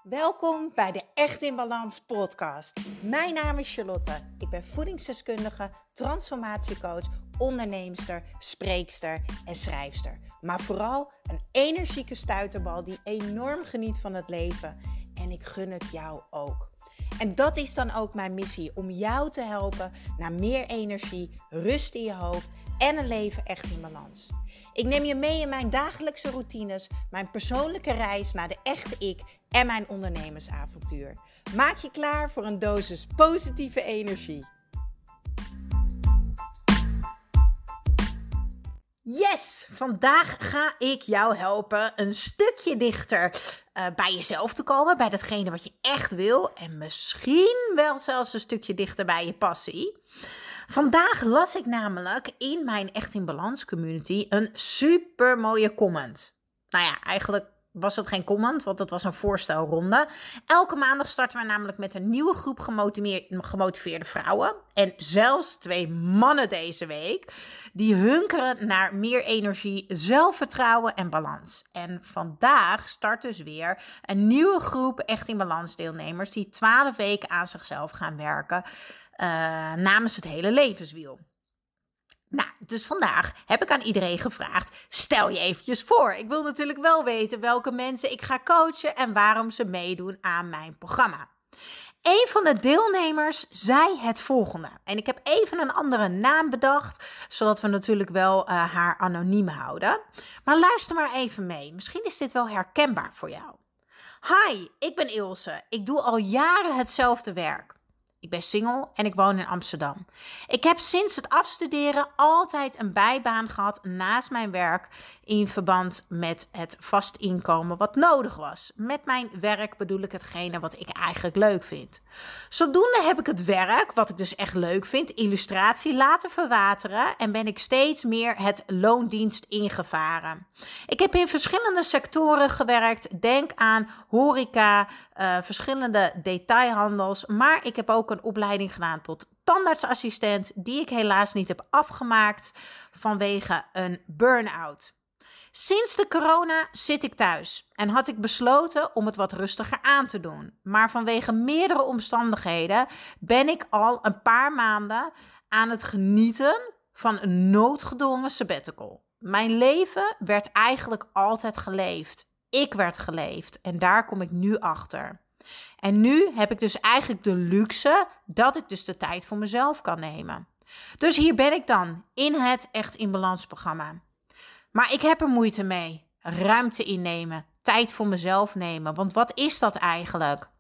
Welkom bij de Echt in Balans podcast. Mijn naam is Charlotte. Ik ben voedingsdeskundige, transformatiecoach, onderneemster, spreekster en schrijfster. Maar vooral een energieke stuiterbal die enorm geniet van het leven. En ik gun het jou ook. En dat is dan ook mijn missie, om jou te helpen naar meer energie, rust in je hoofd en een leven echt in balans. Ik neem je mee in mijn dagelijkse routines, mijn persoonlijke reis naar de echte ik en mijn ondernemersavontuur. Maak je klaar voor een dosis positieve energie. Yes! Vandaag ga ik jou helpen een stukje dichter bij jezelf te komen, bij datgene wat je echt wil en misschien wel zelfs een stukje dichter bij je passie. Vandaag las ik namelijk in mijn Echt in Balans community een super mooie comment. Nou ja, eigenlijk was het geen comment, want het was een voorstelronde. Elke maandag starten we namelijk met een nieuwe groep gemotiveerde vrouwen. En zelfs 2 mannen deze week. Die hunkeren naar meer energie, zelfvertrouwen en balans. En vandaag start dus weer een nieuwe groep Echt in Balans deelnemers die 12 weken aan zichzelf gaan werken. Namens het hele levenswiel. Nou, dus vandaag heb ik aan iedereen gevraagd, stel je eventjes voor. Ik wil natuurlijk wel weten welke mensen ik ga coachen en waarom ze meedoen aan mijn programma. Een van de deelnemers zei het volgende. En ik heb even een andere naam bedacht, zodat we natuurlijk wel haar anoniem houden. Maar luister maar even mee. Misschien is dit wel herkenbaar voor jou. Hi, ik ben Ilse. Ik doe al jaren hetzelfde werk. Ik ben single en ik woon in Amsterdam. Ik heb sinds het afstuderen altijd een bijbaan gehad naast mijn werk in verband met het vast inkomen wat nodig was. Met mijn werk bedoel ik hetgene wat ik eigenlijk leuk vind. Zodoende heb ik het werk, wat ik dus echt leuk vind, illustratie, laten verwateren en ben ik steeds meer het loondienst ingevaren. Ik heb in verschillende sectoren gewerkt. Denk aan horeca, verschillende detailhandels, maar ik heb ook een opleiding gedaan tot tandartsassistent, die ik helaas niet heb afgemaakt vanwege een burn-out. Sinds de corona zit ik thuis en had ik besloten om het wat rustiger aan te doen. Maar vanwege meerdere omstandigheden ben ik al een paar maanden aan het genieten van een noodgedwongen sabbatical. Mijn leven werd eigenlijk altijd geleefd. Ik werd geleefd en daar kom ik nu achter. En nu heb ik dus eigenlijk de luxe dat ik dus de tijd voor mezelf kan nemen. Dus hier ben ik dan, in het Echt in Balans programma. Maar ik heb er moeite mee. Ruimte innemen, tijd voor mezelf nemen. Want wat is dat eigenlijk?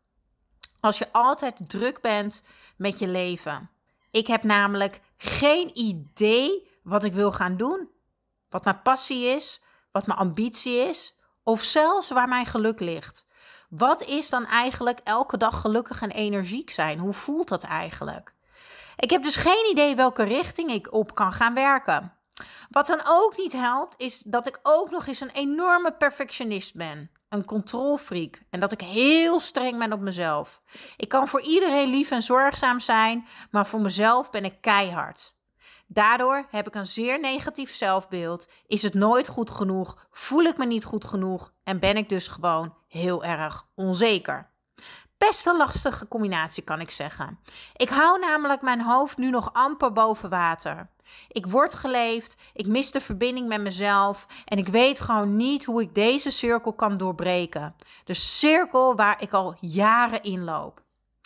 Als je altijd druk bent met je leven. Ik heb namelijk geen idee wat ik wil gaan doen. Wat mijn passie is, wat mijn ambitie is. Of zelfs waar mijn geluk ligt. Wat is dan eigenlijk elke dag gelukkig en energiek zijn? Hoe voelt dat eigenlijk? Ik heb dus geen idee welke richting ik op kan gaan werken. Wat dan ook niet helpt, is dat ik ook nog eens een enorme perfectionist ben. Een controlfreak. En dat ik heel streng ben op mezelf. Ik kan voor iedereen lief en zorgzaam zijn, maar voor mezelf ben ik keihard. Daardoor heb ik een zeer negatief zelfbeeld, is het nooit goed genoeg, voel ik me niet goed genoeg en ben ik dus gewoon heel erg onzeker. Best een lastige combinatie kan ik zeggen. Ik hou namelijk mijn hoofd nu nog amper boven water. Ik word geleefd, ik mis de verbinding met mezelf en ik weet gewoon niet hoe ik deze cirkel kan doorbreken. De cirkel waar ik al jaren in loop.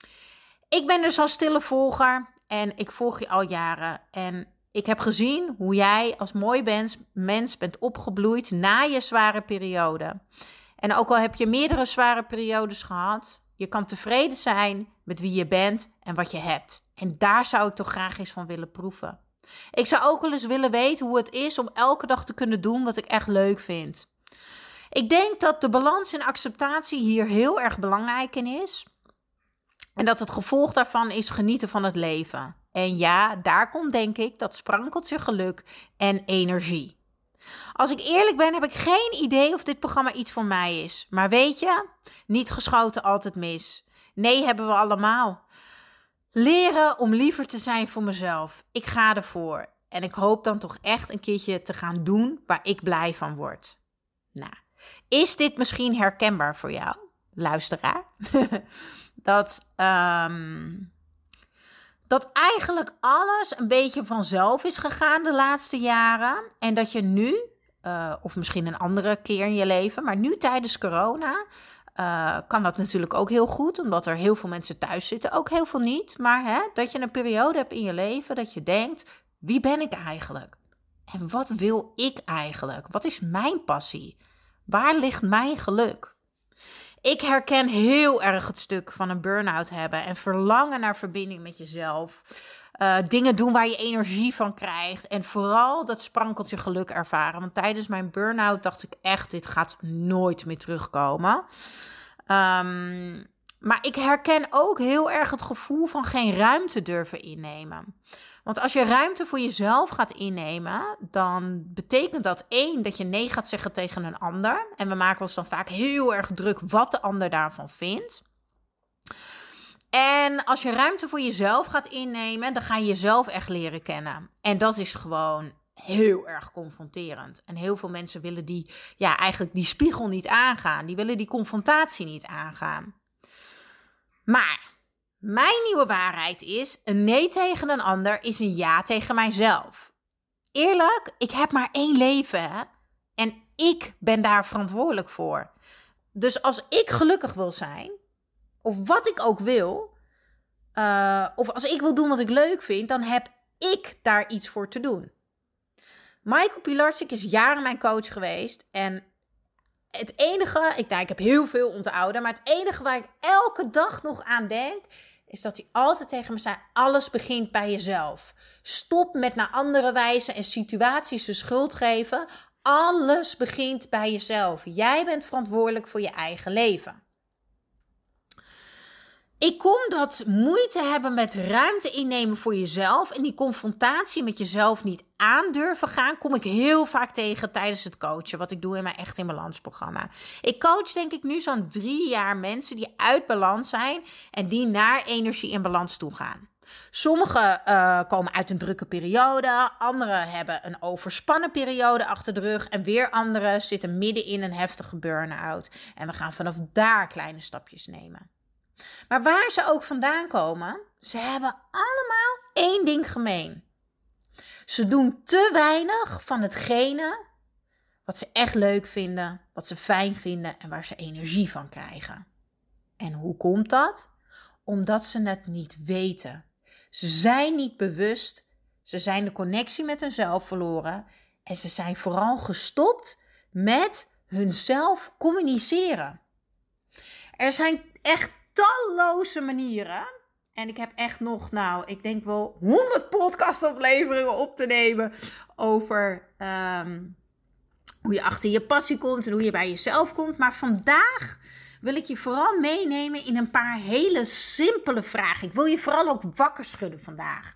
Ik ben dus al stille volger en ik volg je al jaren en ik heb gezien hoe jij als mooi mens bent opgebloeid na je zware periode. En ook al heb je meerdere zware periodes gehad, je kan tevreden zijn met wie je bent en wat je hebt. En daar zou ik toch graag eens van willen proeven. Ik zou ook wel eens willen weten hoe het is om elke dag te kunnen doen wat ik echt leuk vind. Ik denk dat de balans en acceptatie hier heel erg belangrijk in is. En dat het gevolg daarvan is genieten van het leven. En ja, daar komt denk ik dat sprankeltje geluk en energie. Als ik eerlijk ben, heb ik geen idee of dit programma iets voor mij is. Maar weet je, niet geschoten altijd mis. Nee, hebben we allemaal. Leren om liever te zijn voor mezelf. Ik ga ervoor. En ik hoop dan toch echt een keertje te gaan doen waar ik blij van word. Nou, is dit misschien herkenbaar voor jou? luisteraar, dat eigenlijk alles een beetje vanzelf is gegaan de laatste jaren. En dat je nu, of misschien een andere keer in je leven, maar nu tijdens corona kan dat natuurlijk ook heel goed, omdat er heel veel mensen thuis zitten. Ook heel veel niet, maar dat je een periode hebt in je leven dat je denkt, wie ben ik eigenlijk? En wat wil ik eigenlijk? Wat is mijn passie? Waar ligt mijn geluk? Ik herken heel erg het stuk van een burn-out hebben en verlangen naar verbinding met jezelf. Dingen doen waar je energie van krijgt en vooral dat sprankeltje geluk ervaren. Want tijdens mijn burn-out dacht ik echt, dit gaat nooit meer terugkomen. Maar ik herken ook heel erg het gevoel van geen ruimte durven innemen. Want als je ruimte voor jezelf gaat innemen, dan betekent dat 1, dat je nee gaat zeggen tegen een ander. En we maken ons dan vaak heel erg druk wat de ander daarvan vindt. En als je ruimte voor jezelf gaat innemen, dan ga je jezelf echt leren kennen. En dat is gewoon heel erg confronterend. En heel veel mensen willen eigenlijk die spiegel niet aangaan. Die willen die confrontatie niet aangaan. Maar mijn nieuwe waarheid is, een nee tegen een ander is een ja tegen mijzelf. Eerlijk, ik heb maar 1 leven, hè? En ik ben daar verantwoordelijk voor. Dus als ik gelukkig wil zijn, of wat ik ook wil, of als ik wil doen wat ik leuk vind, dan heb ik daar iets voor te doen. Michael Pilarczyk is jaren mijn coach geweest en het enige, ik heb heel veel onthouden, maar het enige waar ik elke dag nog aan denk, is dat hij altijd tegen me zei, alles begint bij jezelf. Stop met naar anderen wijzen en situaties de schuld geven. Alles begint bij jezelf. Jij bent verantwoordelijk voor je eigen leven. Ik kom dat moeite hebben met ruimte innemen voor jezelf en die confrontatie met jezelf niet aandurven gaan, kom ik heel vaak tegen tijdens het coachen, wat ik doe in mijn Echt in Balans programma. Ik coach denk ik nu zo'n 3 jaar mensen die uit balans zijn en die naar energie in balans toe gaan. Sommigen komen uit een drukke periode, anderen hebben een overspannen periode achter de rug en weer anderen zitten midden in een heftige burn-out. En we gaan vanaf daar kleine stapjes nemen. Maar waar ze ook vandaan komen, ze hebben allemaal 1 ding gemeen. Ze doen te weinig van hetgene wat ze echt leuk vinden, wat ze fijn vinden en waar ze energie van krijgen. En hoe komt dat? Omdat ze het niet weten. Ze zijn niet bewust, ze zijn de connectie met hunzelf verloren en ze zijn vooral gestopt met hunzelf communiceren. Er zijn echt talloze manieren. En ik heb echt nog, ik denk wel 100 podcastafleveringen op te nemen over hoe je achter je passie komt en hoe je bij jezelf komt. Maar vandaag wil ik je vooral meenemen in een paar hele simpele vragen. Ik wil je vooral ook wakker schudden vandaag.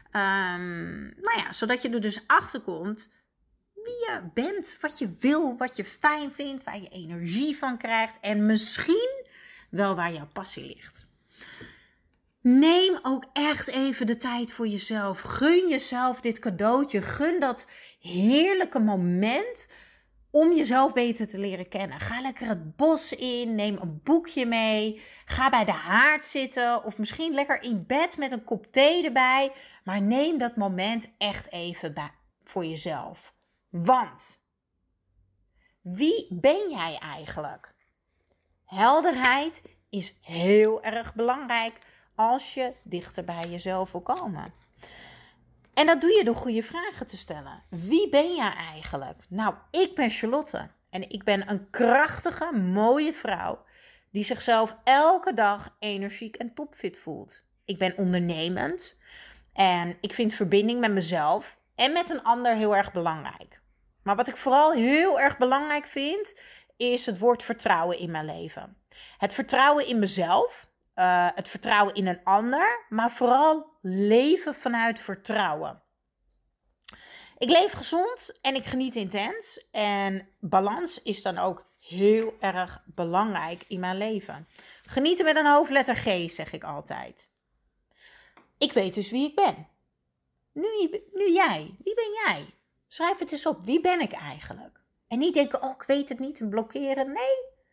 Zodat je er dus achter komt wie je bent, wat je wil, wat je fijn vindt, waar je energie van krijgt en misschien wel waar jouw passie ligt. Neem ook echt even de tijd voor jezelf. Gun jezelf dit cadeautje. Gun dat heerlijke moment om jezelf beter te leren kennen. Ga lekker het bos in. Neem een boekje mee. Ga bij de haard zitten. Of misschien lekker in bed met een kop thee erbij. Maar neem dat moment echt even voor jezelf. Want wie ben jij eigenlijk? Helderheid is heel erg belangrijk als je dichter bij jezelf wil komen. En dat doe je door goede vragen te stellen. Wie ben jij eigenlijk? Nou, ik ben Charlotte en ik ben een krachtige, mooie vrouw die zichzelf elke dag energiek en topfit voelt. Ik ben ondernemend en ik vind verbinding met mezelf en met een ander heel erg belangrijk. Maar wat ik vooral heel erg belangrijk vind, is het woord vertrouwen in mijn leven. Het vertrouwen in mezelf, het vertrouwen in een ander, maar vooral leven vanuit vertrouwen. Ik leef gezond en ik geniet intens en balans is dan ook heel erg belangrijk in mijn leven. Genieten met een hoofdletter G, zeg ik altijd. Ik weet dus wie ik ben. Nu jij. Wie ben jij? Schrijf het eens op. Wie ben ik eigenlijk? En niet denken, ik weet het niet en blokkeren. Nee,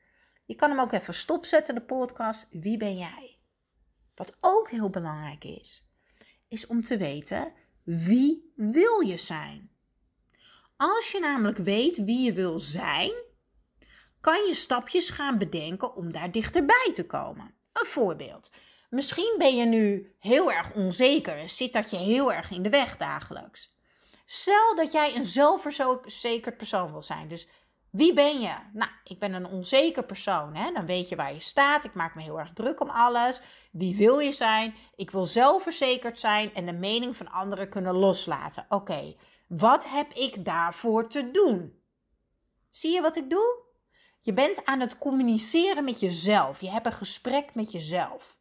Je kan hem ook even stopzetten, de podcast. Wie ben jij? Wat ook heel belangrijk is om te weten, wie wil je zijn? Als je namelijk weet wie je wil zijn, kan je stapjes gaan bedenken om daar dichterbij te komen. Een voorbeeld. Misschien ben je nu heel erg onzeker en zit dat je heel erg in de weg dagelijks. Stel dat jij een zelfverzekerd persoon wil zijn. Dus wie ben je? Nou, ik ben een onzeker persoon. Hè? Dan weet je waar je staat. Ik maak me heel erg druk om alles. Wie wil je zijn? Ik wil zelfverzekerd zijn en de mening van anderen kunnen loslaten. Oké, wat heb ik daarvoor te doen? Zie je wat ik doe? Je bent aan het communiceren met jezelf. Je hebt een gesprek met jezelf.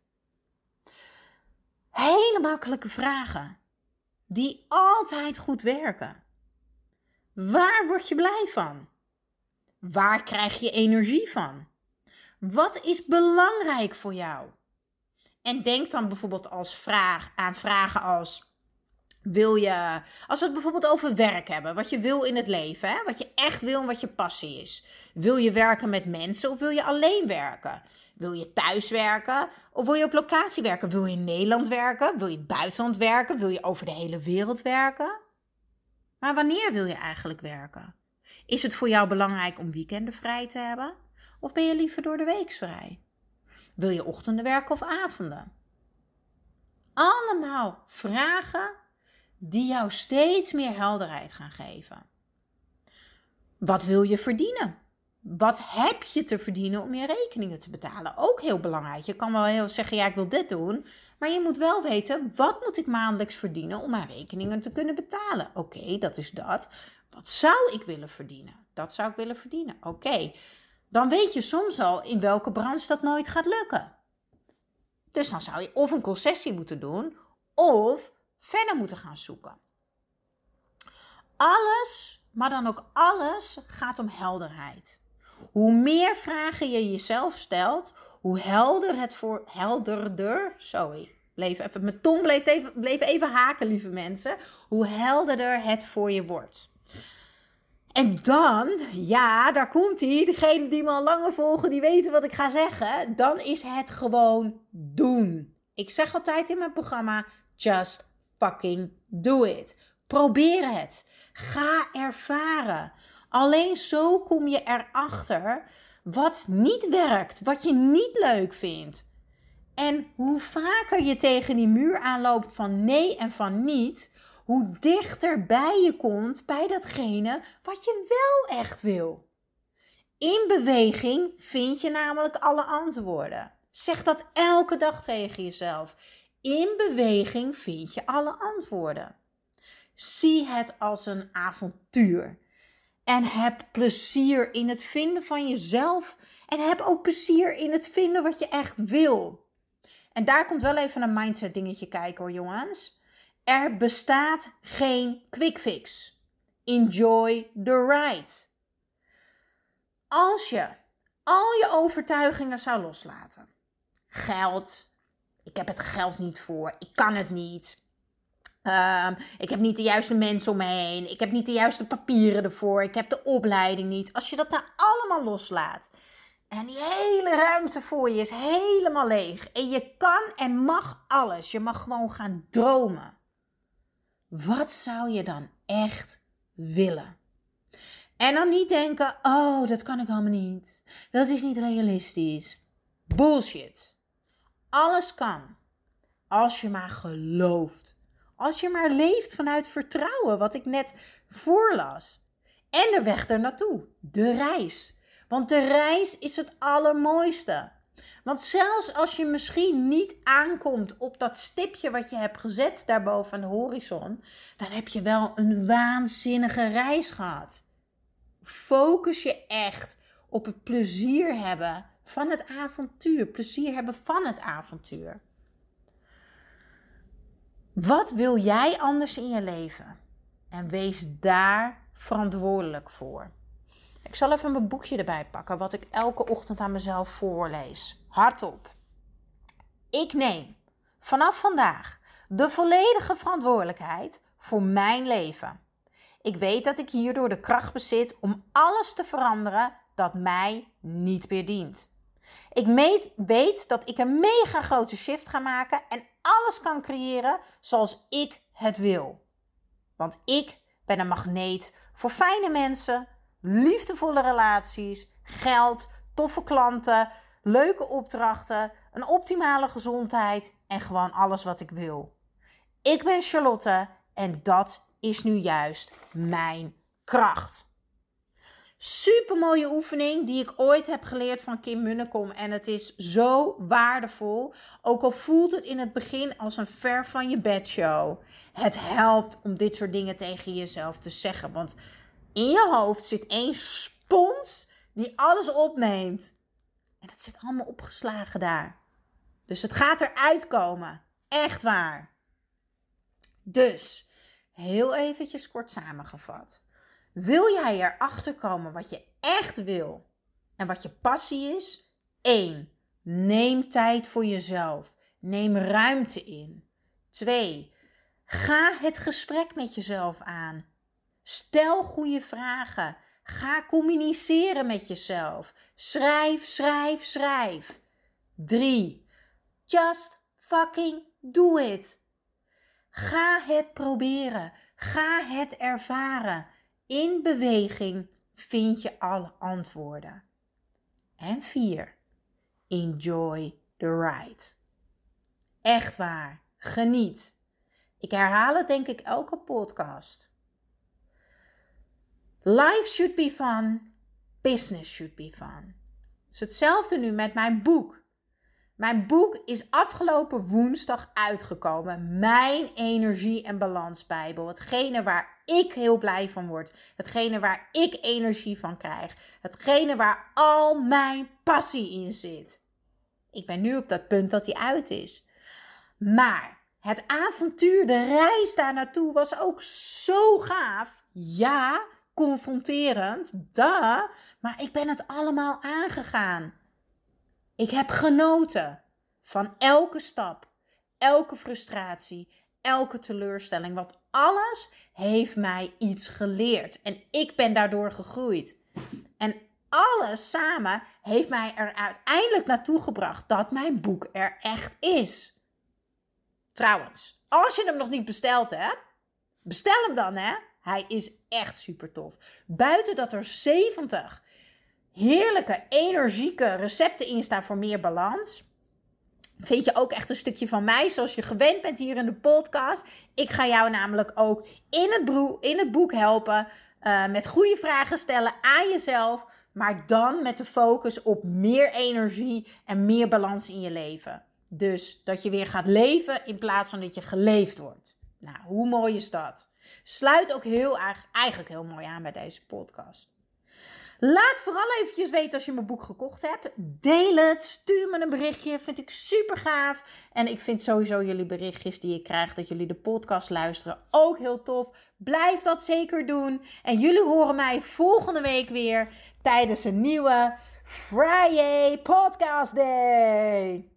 Hele makkelijke vragen. Die altijd goed werken. Waar word je blij van? Waar krijg je energie van? Wat is belangrijk voor jou? En denk dan bijvoorbeeld aan vragen als... Als we het bijvoorbeeld over werk hebben, wat je wil in het leven, hè? Wat je echt wil en wat je passie is. Wil je werken met mensen of wil je alleen werken? Wil je thuis werken of wil je op locatie werken? Wil je in Nederland werken? Wil je in het buitenland werken? Wil je over de hele wereld werken? Maar wanneer wil je eigenlijk werken? Is het voor jou belangrijk om weekenden vrij te hebben? Of ben je liever door de week vrij? Wil je ochtenden werken of avonden? Allemaal vragen die jou steeds meer helderheid gaan geven. Wat wil je verdienen? Wat heb je te verdienen om je rekeningen te betalen? Ook heel belangrijk. Je kan wel heel zeggen, ja, ik wil dit doen. Maar je moet wel weten, wat moet ik maandelijks verdienen om mijn rekeningen te kunnen betalen? Oké, dat is dat. Wat zou ik willen verdienen? Dat zou ik willen verdienen. Oké, dan weet je soms al in welke branche dat nooit gaat lukken. Dus dan zou je of een concessie moeten doen, of verder moeten gaan zoeken. Alles, maar dan ook alles, gaat om helderheid. Hoe meer vragen je jezelf stelt, hoe mijn tong bleef even haken, lieve mensen. Hoe helderder het voor je wordt. En dan, ja, daar komt hij. Degene die me al langer volgen, die weten wat ik ga zeggen. Dan is het gewoon doen. Ik zeg altijd in mijn programma, just fucking do it. Probeer het. Ga ervaren. Alleen zo kom je erachter wat niet werkt, wat je niet leuk vindt. En hoe vaker je tegen die muur aanloopt van nee en van niet, hoe dichterbij je komt bij datgene wat je wel echt wil. In beweging vind je namelijk alle antwoorden. Zeg dat elke dag tegen jezelf. In beweging vind je alle antwoorden. Zie het als een avontuur. En heb plezier in het vinden van jezelf. En heb ook plezier in het vinden wat je echt wil. En daar komt wel even een mindset dingetje kijken hoor jongens. Er bestaat geen quick fix. Enjoy the ride. Als je al je overtuigingen zou loslaten. Geld. Ik heb het geld niet voor. Ik kan het niet. Ik heb niet de juiste mensen om me heen. Ik heb niet de juiste papieren ervoor. Ik heb de opleiding niet. Als je dat nou allemaal loslaat. En die hele ruimte voor je is helemaal leeg. En je kan en mag alles. Je mag gewoon gaan dromen. Wat zou je dan echt willen? En dan niet denken, oh, dat kan ik allemaal niet. Dat is niet realistisch. Bullshit. Alles kan. Als je maar gelooft. Als je maar leeft vanuit vertrouwen, wat ik net voorlas. En de weg ernaartoe. De reis. Want de reis is het allermooiste. Want zelfs als je misschien niet aankomt op dat stipje wat je hebt gezet daarboven aan de horizon, dan heb je wel een waanzinnige reis gehad. Focus je echt op het plezier hebben van het avontuur. Plezier hebben van het avontuur. Wat wil jij anders in je leven? En wees daar verantwoordelijk voor. Ik zal even mijn boekje erbij pakken, wat ik elke ochtend aan mezelf voorlees. Hardop. Ik neem vanaf vandaag de volledige verantwoordelijkheid voor mijn leven. Ik weet dat ik hierdoor de kracht bezit om alles te veranderen dat mij niet meer dient. Ik weet dat ik een mega grote shift ga maken en alles kan creëren zoals ik het wil. Want ik ben een magneet voor fijne mensen, liefdevolle relaties, geld, toffe klanten, leuke opdrachten, een optimale gezondheid en gewoon alles wat ik wil. Ik ben Charlotte en dat is nu juist mijn kracht. Super mooie oefening die ik ooit heb geleerd van Kim Munnekom. En het is zo waardevol. Ook al voelt het in het begin als een ver van je bed show. Het helpt om dit soort dingen tegen jezelf te zeggen. Want in je hoofd zit één spons die alles opneemt. En dat zit allemaal opgeslagen daar. Dus het gaat eruit komen. Echt waar. Dus, heel eventjes kort samengevat. Wil jij erachter komen wat je echt wil en wat je passie is? 1. Neem tijd voor jezelf. Neem ruimte in. 2. Ga het gesprek met jezelf aan. Stel goede vragen. Ga communiceren met jezelf. Schrijf. 3. Just fucking do it. Ga het proberen. Ga het ervaren. In beweging vind je alle antwoorden. En 4. Enjoy the ride. Echt waar. Geniet. Ik herhaal het denk ik elke podcast. Life should be fun. Business should be fun. Het is hetzelfde nu met mijn boek. Mijn boek is afgelopen woensdag uitgekomen. Mijn energie- en balansbijbel. Hetgene waar ik heel blij van word. Hetgene waar ik energie van krijg. Hetgene waar al mijn passie in zit. Ik ben nu op dat punt dat die uit is. Maar het avontuur, de reis daar naartoe was ook zo gaaf. Ja, confronterend. Maar ik ben het allemaal aangegaan. Ik heb genoten van elke stap, elke frustratie, elke teleurstelling. Want alles heeft mij iets geleerd. En ik ben daardoor gegroeid. En alles samen heeft mij er uiteindelijk naartoe gebracht dat mijn boek er echt is. Trouwens, als je hem nog niet besteld hebt, bestel hem dan hè. Hij is echt super tof. Buiten dat er 70 heerlijke, energieke recepten in staan voor meer balans. Vind je ook echt een stukje van mij, zoals je gewend bent hier in de podcast. Ik ga jou namelijk ook in het boek helpen met goede vragen stellen aan jezelf. Maar dan met de focus op meer energie en meer balans in je leven. Dus dat je weer gaat leven in plaats van dat je geleefd wordt. Nou, hoe mooi is dat? Sluit ook eigenlijk heel mooi aan bij deze podcast. Laat vooral eventjes weten als je mijn boek gekocht hebt. Deel het, stuur me een berichtje, vind ik super gaaf. En ik vind sowieso jullie berichtjes die ik krijg, dat jullie de podcast luisteren, ook heel tof. Blijf dat zeker doen. En jullie horen mij volgende week weer tijdens een nieuwe Friday Podcast Day.